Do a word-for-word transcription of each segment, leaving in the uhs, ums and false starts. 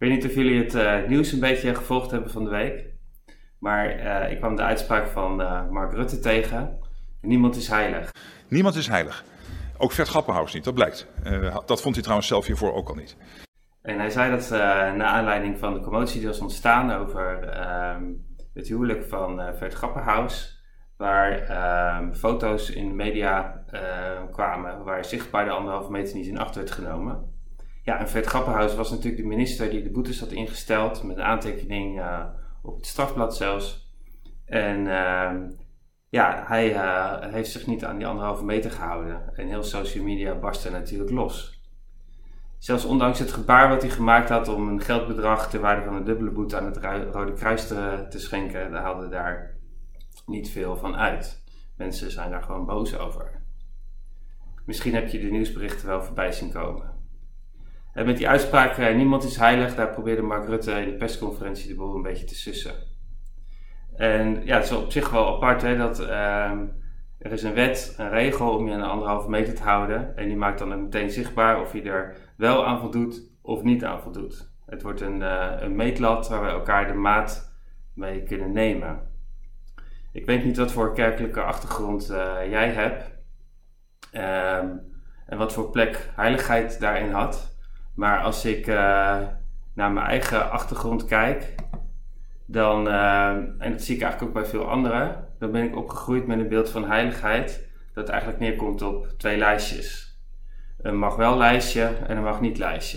weet niet of jullie het uh, nieuws een beetje gevolgd hebben van de week. Maar uh, ik kwam de uitspraak van uh, Mark Rutte tegen. Niemand is heilig. Niemand is heilig. Ook Vert Grapperhaus niet, dat blijkt. Uh, dat vond hij trouwens zelf hiervoor ook al niet. En hij zei dat uh, naar aanleiding van de commotie die was ontstaan over uh, het huwelijk van uh, Vert Grapperhaus. Waar uh, foto's in de media uh, kwamen waar zichtbaar de anderhalve meter niet in acht werd genomen. Ja, en Vert Grapperhaus was natuurlijk de minister die de boetes had ingesteld met een aantekening uh, op het strafblad zelfs. En uh, ja, hij uh, heeft zich niet aan die anderhalve meter gehouden. En heel social media barstte natuurlijk los. Zelfs ondanks het gebaar wat hij gemaakt had om een geldbedrag ter waarde van een dubbele boete aan het Rode Kruis te, te schenken, daar haalde daar niet veel van uit. Mensen zijn daar gewoon boos over. Misschien heb je de nieuwsberichten wel voorbij zien komen. En met die uitspraak, eh, niemand is heilig, daar probeerde Mark Rutte in de persconferentie de boel een beetje te sussen. En ja, het is op zich wel apart, hè, dat uh, er is een wet, een regel om je aan de anderhalve meter te houden. En die maakt dan meteen zichtbaar of je er wel aan voldoet of niet aan voldoet. Het wordt een, uh, een meetlat waar we elkaar de maat mee kunnen nemen. Ik weet niet wat voor kerkelijke achtergrond uh, jij hebt. Um, en wat voor plek heiligheid daarin had. Maar als ik uh, naar mijn eigen achtergrond kijk, dan, uh, en dat zie ik eigenlijk ook bij veel anderen, dan ben ik opgegroeid met een beeld van heiligheid dat eigenlijk neerkomt op twee lijstjes. Een mag wel lijstje en een mag niet lijstje.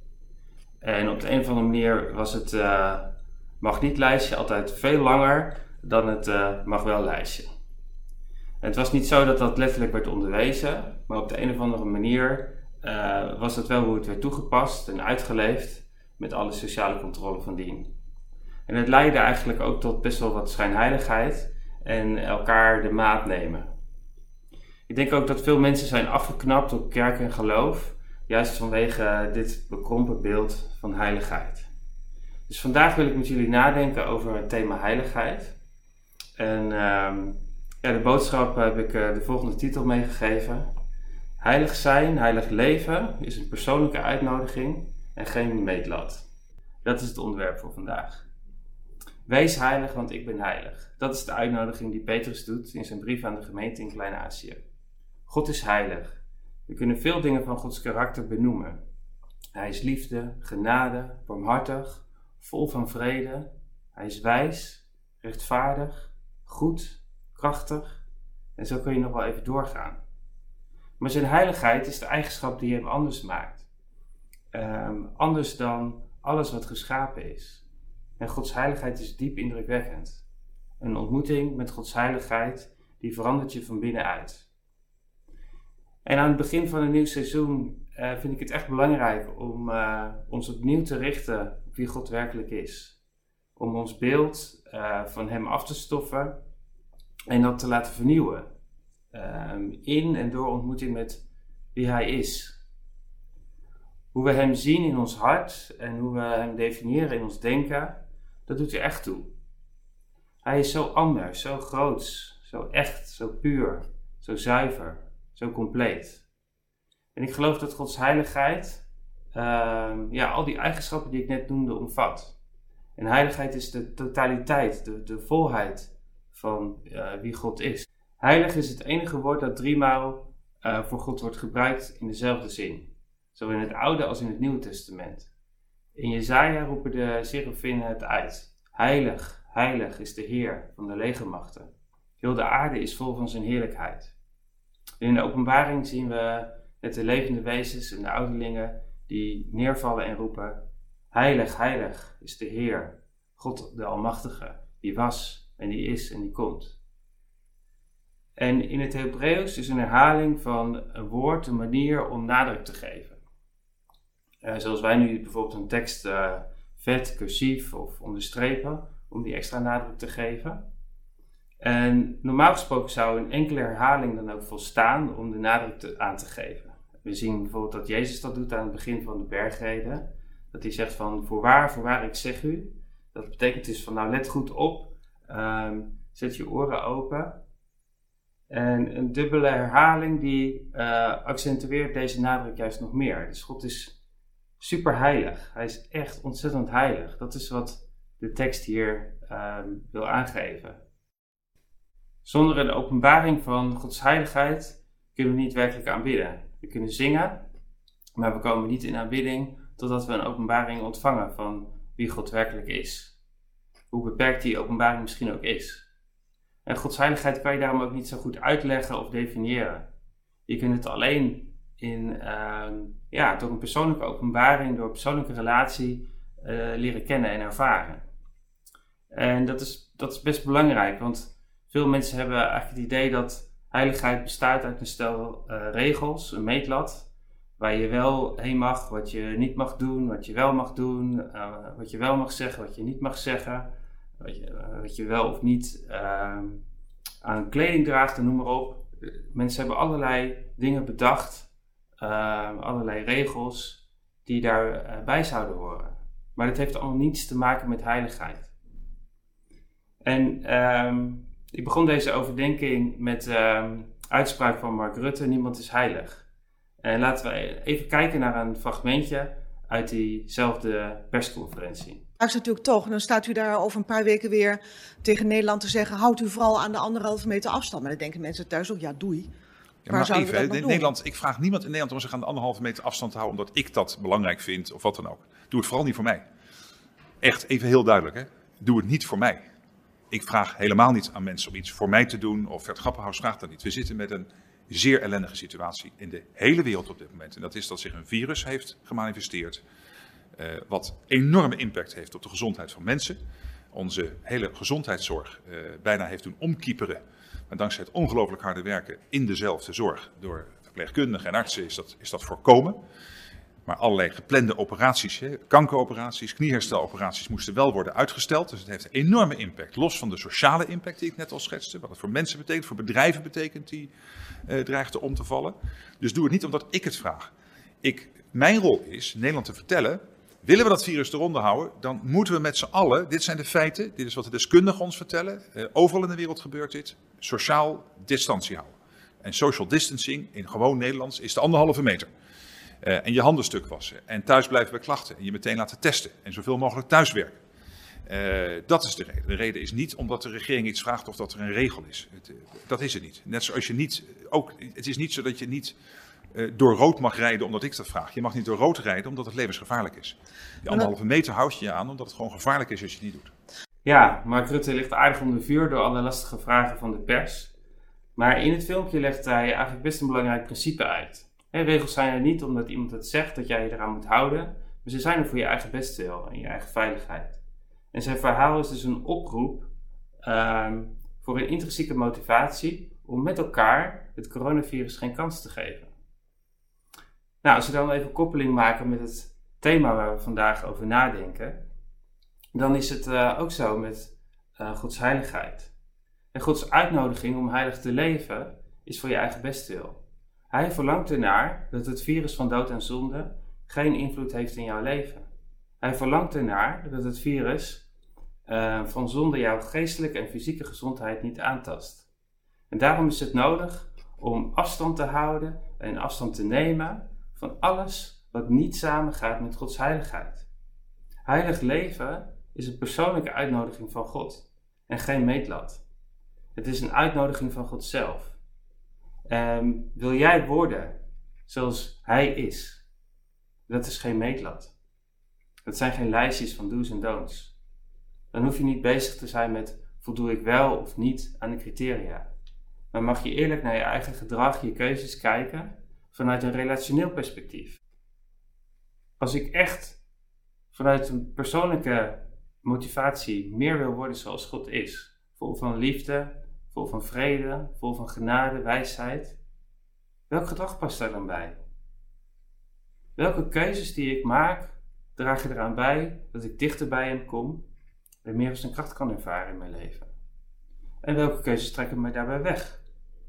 En op de een of andere manier was het uh, mag niet lijstje altijd veel langer dan het uh, mag wel lijstje. En het was niet zo dat dat letterlijk werd onderwezen, maar op de een of andere manier uh, was het wel hoe het werd toegepast en uitgeleefd met alle sociale controle van dien. En het leidde eigenlijk ook tot best wel wat schijnheiligheid en elkaar de maat nemen. Ik denk ook dat veel mensen zijn afgeknapt op kerk en geloof, juist vanwege dit bekrompen beeld van heiligheid. Dus vandaag wil ik met jullie nadenken over het thema heiligheid. En um, ja, de boodschap heb ik uh, de volgende titel meegegeven. Heilig zijn, heilig leven is een persoonlijke uitnodiging en geen meetlat. Dat is het onderwerp voor vandaag. Wees heilig, want ik ben heilig. Dat is de uitnodiging die Petrus doet in zijn brief aan de gemeente in Klein-Azië. God is heilig. We kunnen veel dingen van Gods karakter benoemen. Hij is liefde, genade, barmhartig, vol van vrede. Hij is wijs, rechtvaardig, goed, krachtig. En zo kun je nog wel even doorgaan. Maar zijn heiligheid is de eigenschap die hem anders maakt. Um, anders dan alles wat geschapen is. En Gods heiligheid is diep indrukwekkend. Een ontmoeting met Gods heiligheid, die verandert je van binnenuit. En aan het begin van een nieuw seizoen uh, vind ik het echt belangrijk om uh, ons opnieuw te richten op wie God werkelijk is. Om ons beeld uh, van hem af te stoffen en dat te laten vernieuwen. Uh, in en door ontmoeting met wie hij is. Hoe we hem zien in ons hart en hoe we hem definiëren in ons denken, dat doet er echt toe. Hij is zo anders, zo groots, zo echt, zo puur, zo zuiver, zo compleet. En ik geloof dat Gods heiligheid uh, ja, al die eigenschappen die ik net noemde omvat. En heiligheid is de totaliteit, de, de volheid van uh, wie God is. Heilig is het enige woord dat driemaal uh, voor God wordt gebruikt in dezelfde zin. Zowel in het Oude als in het Nieuwe Testament. In Jesaja roepen de serafinnen het uit. Heilig, heilig is de Heer van de legermachten. Heel de aarde is vol van zijn heerlijkheid. En in de openbaring zien we het de levende wezens en de ouderlingen die neervallen en roepen. Heilig, heilig is de Heer, God de Almachtige, die was en die is en die komt. En in het Hebreeuws is een herhaling van een woord, een manier om nadruk te geven. Uh, zoals wij nu bijvoorbeeld een tekst uh, vet, cursief of onderstrepen, om die extra nadruk te geven. En normaal gesproken zou een enkele herhaling dan ook volstaan om de nadruk te, aan te geven. We zien bijvoorbeeld dat Jezus dat doet aan het begin van de bergreden. Dat hij zegt van, voorwaar, voorwaar, ik zeg u. Dat betekent dus van, nou let goed op, um, zet je oren open. En een dubbele herhaling die uh, accentueert deze nadruk juist nog meer. Dus God is super heilig. Hij is echt ontzettend heilig. Dat is wat de tekst hier um, wil aangeven. Zonder een openbaring van Gods heiligheid kunnen we niet werkelijk aanbidden. We kunnen zingen, maar we komen niet in aanbidding totdat we een openbaring ontvangen van wie God werkelijk is. Hoe beperkt die openbaring misschien ook is. En Gods heiligheid kan je daarom ook niet zo goed uitleggen of definiëren. Je kunt het alleen in, uh, ja, door een persoonlijke openbaring, door een persoonlijke relatie uh, leren kennen en ervaren. En dat is, dat is best belangrijk, want veel mensen hebben eigenlijk het idee dat heiligheid bestaat uit een stel uh, regels, een meetlat, waar je wel heen mag, wat je niet mag doen, wat je wel mag doen, uh, wat je wel mag zeggen, wat je niet mag zeggen, wat je, uh, wat je wel of niet uh, aan kleding draagt en noem maar op. Mensen hebben allerlei dingen bedacht, uh, allerlei regels die daarbij uh, zouden horen. Maar dat heeft allemaal niets te maken met heiligheid. En um, ik begon deze overdenking met um, uitspraak van Mark Rutte: niemand is heilig. En laten we even kijken naar een fragmentje uit diezelfde persconferentie. Straks natuurlijk toch, dan staat u daar over een paar weken weer tegen Nederland te zeggen: houdt u vooral aan de anderhalve meter afstand. Maar dan denken mensen thuis ook: ja, doei. Ja, maar even, hè, Nederland, ik vraag niemand in Nederland om zich aan de anderhalve meter afstand te houden omdat ik dat belangrijk vind of wat dan ook. Doe het vooral niet voor mij. Echt, even heel duidelijk, hè. Doe het niet voor mij. Ik vraag helemaal niet aan mensen om iets voor mij te doen of Vert Grapperhaus vraagt dat niet. We zitten met een zeer ellendige situatie in de hele wereld op dit moment. En dat is dat zich een virus heeft gemanifesteerd, uh, wat enorme impact heeft op de gezondheid van mensen. Onze hele gezondheidszorg uh, bijna heeft doen omkieperen. Maar dankzij het ongelooflijk harde werken in dezelfde zorg door verpleegkundigen en artsen is dat, is dat voorkomen. Maar allerlei geplande operaties, hè, kankeroperaties, kniehersteloperaties moesten wel worden uitgesteld. Dus het heeft een enorme impact. Los van de sociale impact die ik net al schetste. Wat het voor mensen betekent, voor bedrijven betekent die uh, dreigden om te vallen. Dus doe het niet omdat ik het vraag. Ik, mijn rol is Nederland te vertellen: willen we dat virus eronder houden, dan moeten we met z'n allen, dit zijn de feiten, dit is wat de deskundigen ons vertellen. Uh, overal in de wereld gebeurt dit. Sociaal distantie houden. En social distancing in gewoon Nederlands is de anderhalve meter. Uh, en je handen stuk wassen. En thuis blijven bij klachten. En je meteen laten testen. En zoveel mogelijk thuiswerken. Uh, dat is de reden. De reden is niet omdat de regering iets vraagt of dat er een regel is. Het, uh, dat is het niet. Net zoals je niet, ook, het is niet zo dat je niet uh, door rood mag rijden omdat ik dat vraag. Je mag niet door rood rijden omdat het levensgevaarlijk is. Die anderhalve meter houd je je aan omdat het gewoon gevaarlijk is als je het niet doet. Ja, Mark Rutte ligt aardig onder vuur door alle lastige vragen van de pers. Maar in het filmpje legt hij eigenlijk best een belangrijk principe uit. He, regels zijn er niet omdat iemand het zegt dat jij je eraan moet houden, maar ze zijn er voor je eigen bestwil en je eigen veiligheid. En zijn verhaal is dus een oproep um, voor een intrinsieke motivatie om met elkaar het coronavirus geen kans te geven. Nou, als we dan even koppeling maken met het thema waar we vandaag over nadenken, dan is het uh, ook zo met uh, Gods heiligheid. En Gods uitnodiging om heilig te leven is voor je eigen bestwil. Hij verlangt ernaar dat het virus van dood en zonde geen invloed heeft in jouw leven. Hij verlangt ernaar dat het virus uh, van zonde jouw geestelijke en fysieke gezondheid niet aantast. En daarom is het nodig om afstand te houden en afstand te nemen van alles wat niet samengaat met Gods heiligheid. Heilig leven is een persoonlijke uitnodiging van God en geen meetlat. Het is een uitnodiging van God zelf. Um, wil jij worden zoals Hij is? Dat is geen meetlat. Dat zijn geen lijstjes van do's en don'ts. Dan hoef je niet bezig te zijn met voldoe ik wel of niet aan de criteria. Maar mag je eerlijk naar je eigen gedrag, je keuzes kijken vanuit een relationeel perspectief. Als ik echt vanuit een persoonlijke motivatie meer wil worden zoals God is, vol van liefde, vol van vrede, vol van genade, wijsheid. Welk gedrag past daar dan bij? Welke keuzes die ik maak, dragen eraan bij dat ik dichter bij hem kom en meer van zijn kracht kan ervaren in mijn leven? En welke keuzes trekken mij daarbij weg?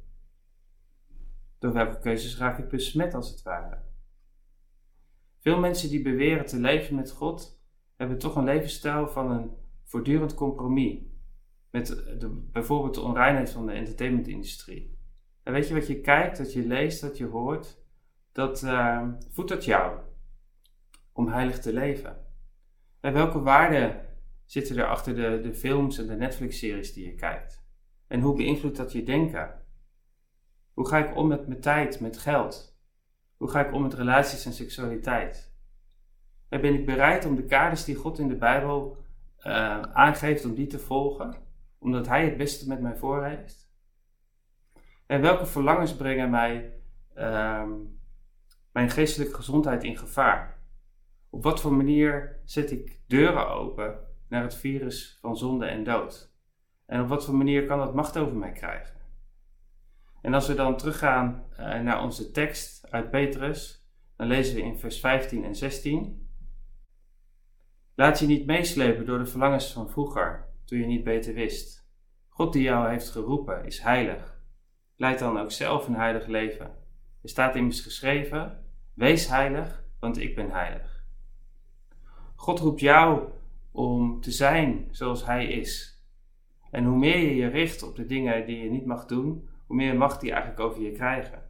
Door welke keuzes raak ik besmet als het ware? Veel mensen die beweren te leven met God, hebben toch een levensstijl van een voortdurend compromis. Met de, bijvoorbeeld de onreinheid van de entertainmentindustrie. En weet je wat je kijkt, wat je leest, wat je hoort, dat uh, voedt dat jou. om heilig te leven? En welke waarden zitten er achter de, de films en de Netflix-series die je kijkt? En hoe beïnvloedt dat je denken? Hoe ga ik om met mijn tijd, met geld? Hoe ga ik om met relaties en seksualiteit? En ben ik bereid om de kaders die God in de Bijbel uh, aangeeft, om die te volgen? Omdat Hij het beste met mij voor heeft? En welke verlangens brengen mij, uh, mijn geestelijke gezondheid in gevaar? Op wat voor manier zet ik deuren open naar het virus van zonde en dood? En op wat voor manier kan dat macht over mij krijgen? En als we dan teruggaan uh, naar onze tekst uit Petrus, dan lezen we in vers vijftien en zestien. Laat je niet meeslepen door de verlangens van vroeger, toen je niet beter wist. God die jou heeft geroepen is heilig. Leid dan ook zelf een heilig leven. Er staat immers geschreven, wees heilig, want ik ben heilig. God roept jou om te zijn zoals Hij is. En hoe meer je je richt op de dingen die je niet mag doen, hoe meer macht die eigenlijk over je krijgen.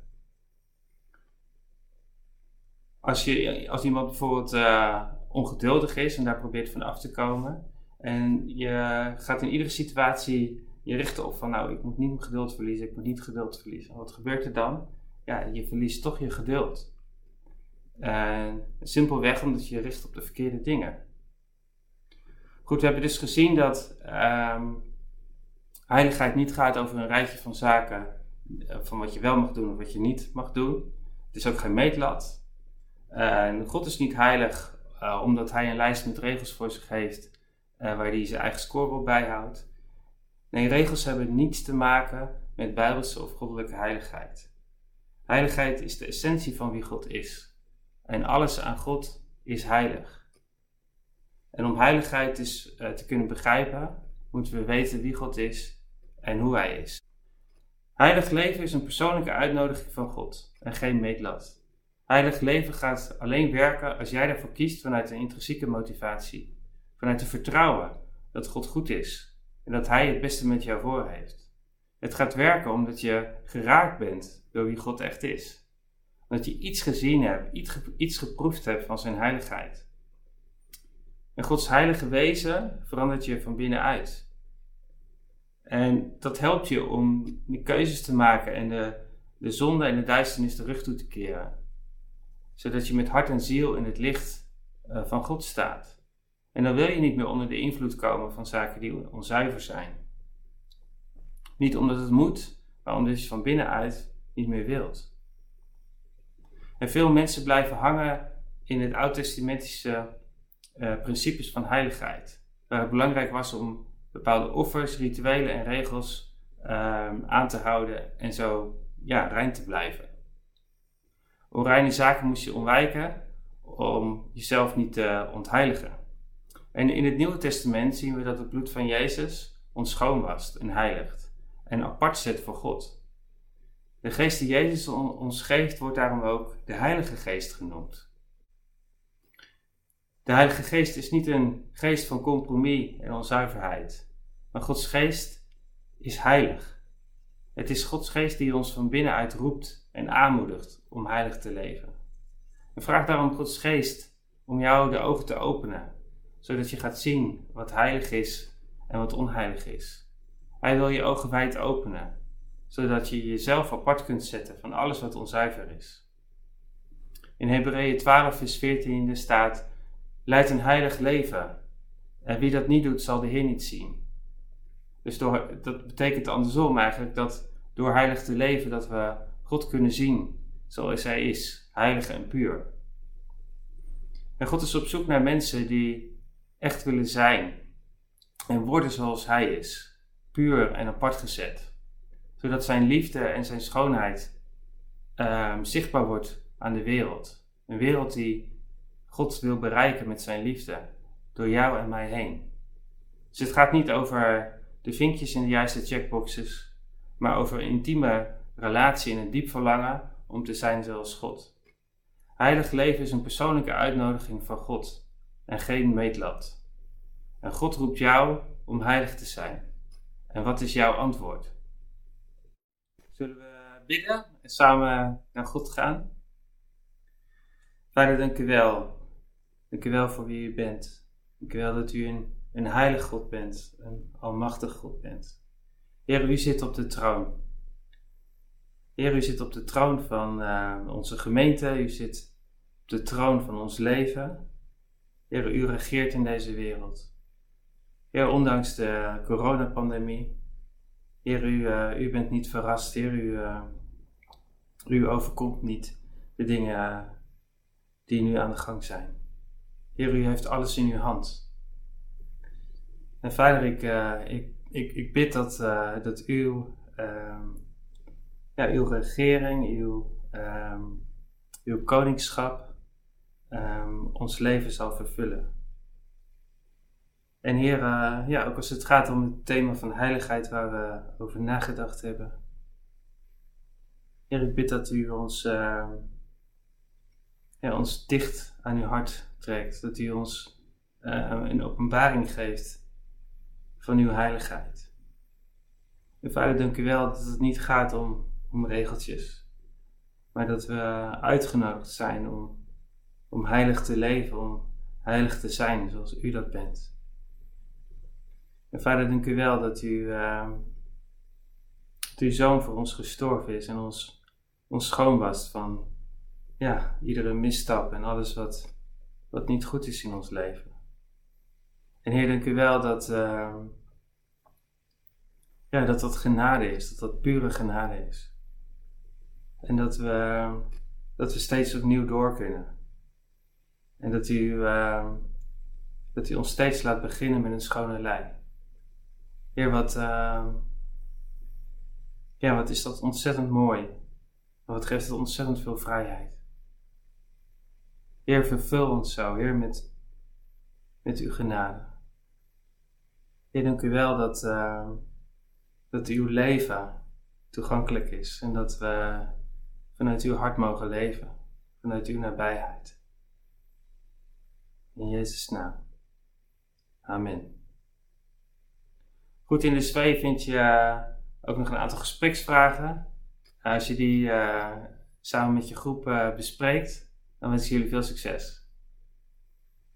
Als, je, als iemand bijvoorbeeld uh, ongeduldig is en daar probeert van af te komen, en je gaat in iedere situatie je richten op van, nou, ik moet niet mijn geduld verliezen, ik moet niet geduld verliezen. Wat gebeurt er dan? Ja, je verliest toch je geduld. Uh, simpelweg omdat je je richt op de verkeerde dingen. Goed, we hebben dus gezien dat um, heiligheid niet gaat over een rijtje van zaken, uh, van wat je wel mag doen of wat je niet mag doen. Het is ook geen meetlat. Uh, God is niet heilig uh, omdat Hij een lijst met regels voor zich heeft, uh, waar Hij zijn eigen scorebord bijhoudt. Nee, regels hebben niets te maken met bijbelse of goddelijke heiligheid. Heiligheid is de essentie van wie God is. En alles aan God is heilig. En om heiligheid dus uh, te kunnen begrijpen, moeten we weten wie God is en hoe Hij is. Heilig leven is een persoonlijke uitnodiging van God en geen meetlat. Heilig leven gaat alleen werken als jij daarvoor kiest vanuit een intrinsieke motivatie. Vanuit het vertrouwen dat God goed is en dat Hij het beste met jou voor heeft. Het gaat werken omdat je geraakt bent door wie God echt is. Omdat je iets gezien hebt, iets, ge- iets geproefd hebt van zijn heiligheid. En Gods heilige wezen verandert je van binnenuit. En dat helpt je om de keuzes te maken en de, de zonde en de duisternis de rug toe te keren. Zodat je met hart en ziel in het licht uh, van God staat. En dan wil je niet meer onder de invloed komen van zaken die onzuiver zijn. Niet omdat het moet, maar omdat je van binnenuit niet meer wilt. En veel mensen blijven hangen in het oud-testamentische uh, principes van heiligheid. Waar het belangrijk was om bepaalde offers, rituelen en regels uh, aan te houden en zo ja, rein te blijven. Onreine zaken moest je ontwijken om jezelf niet te ontheiligen. En in het Nieuwe Testament zien we dat het bloed van Jezus ons schoonwast en heiligt en apart zet voor God. De geest die Jezus ons geeft wordt daarom ook de Heilige Geest genoemd. De Heilige Geest is niet een geest van compromis en onzuiverheid, maar Gods geest is heilig. Het is Gods geest die ons van binnenuit roept en aanmoedigt om heilig te leven. En vraag daarom Gods geest om jou de ogen te openen, zodat je gaat zien wat heilig is en wat onheilig is. Hij wil je ogen wijd openen, zodat je jezelf apart kunt zetten van alles wat onzuiver is. In Hebreeën twaalf vers veertien staat, leid een heilig leven. En wie dat niet doet, zal de Heer niet zien. Dus door, dat betekent andersom eigenlijk dat door heilig te leven dat we God kunnen zien zoals Hij is, heilig en puur. En God is op zoek naar mensen die echt willen zijn en worden zoals Hij is, puur en apart gezet. Zodat zijn liefde en zijn schoonheid uh, zichtbaar wordt aan de wereld. Een wereld die God wil bereiken met zijn liefde, door jou en mij heen. Dus het gaat niet over de vinkjes in de juiste checkboxes, maar over een intieme relatie en een diep verlangen om te zijn zoals God. Heilig leven is een persoonlijke uitnodiging van God en geen meetlat. En God roept jou om heilig te zijn. En wat is jouw antwoord? Zullen we bidden en samen naar God gaan? Vader, dank u wel Dank u wel voor wie u bent. Dank u wel dat u een, een heilig God bent, een almachtig God bent. Heer, u zit op de troon. Heer, u zit op de troon van uh, onze gemeente, u zit op de troon van ons leven. Heer, u regeert in deze wereld. Heer, ondanks de coronapandemie, Heer, u, uh, u bent niet verrast, Heer, u, uh, u overkomt niet de dingen uh, die nu aan de gang zijn. Heer, u heeft alles in uw hand. En Vader, ik, uh, ik, ik, ik bid dat, uh, dat uw, uh, ja, uw regering, uw, um, uw koningschap um, ons leven zal vervullen. En Heer, uh, ja, ook als het gaat om het thema van heiligheid waar we over nagedacht hebben. Heer, ik bid dat u ons, uh, ja, ons dicht aan uw hart trekt. Dat u ons uh, een openbaring geeft van uw heiligheid. En Vader, dank u wel dat het niet gaat om, om regeltjes. Maar dat we uitgenodigd zijn om, om heilig te leven, om heilig te zijn zoals u dat bent. En Vader, dank u wel dat u, uh, dat uw zoon voor ons gestorven is en ons, ons schoon was van ja, iedere misstap en alles wat, wat niet goed is in ons leven. En Heer, dank u wel dat, uh, ja, dat dat genade is, dat dat pure genade is. En dat we, dat we steeds opnieuw door kunnen. En dat u, uh, dat u ons steeds laat beginnen met een schone lei. Heer, wat, uh, ja, wat is dat ontzettend mooi. En wat geeft het ontzettend veel vrijheid. Heer, vervul ons zo, Heer, met, met uw genade. Heer, dank u wel dat, uh, dat uw leven toegankelijk is. En dat we vanuit uw hart mogen leven. Vanuit uw nabijheid. In Jezus' naam. Amen. Goed, in de sfeer vind je uh, ook nog een aantal gespreksvragen. Uh, als je die uh, samen met je groep uh, bespreekt, dan wens ik jullie veel succes.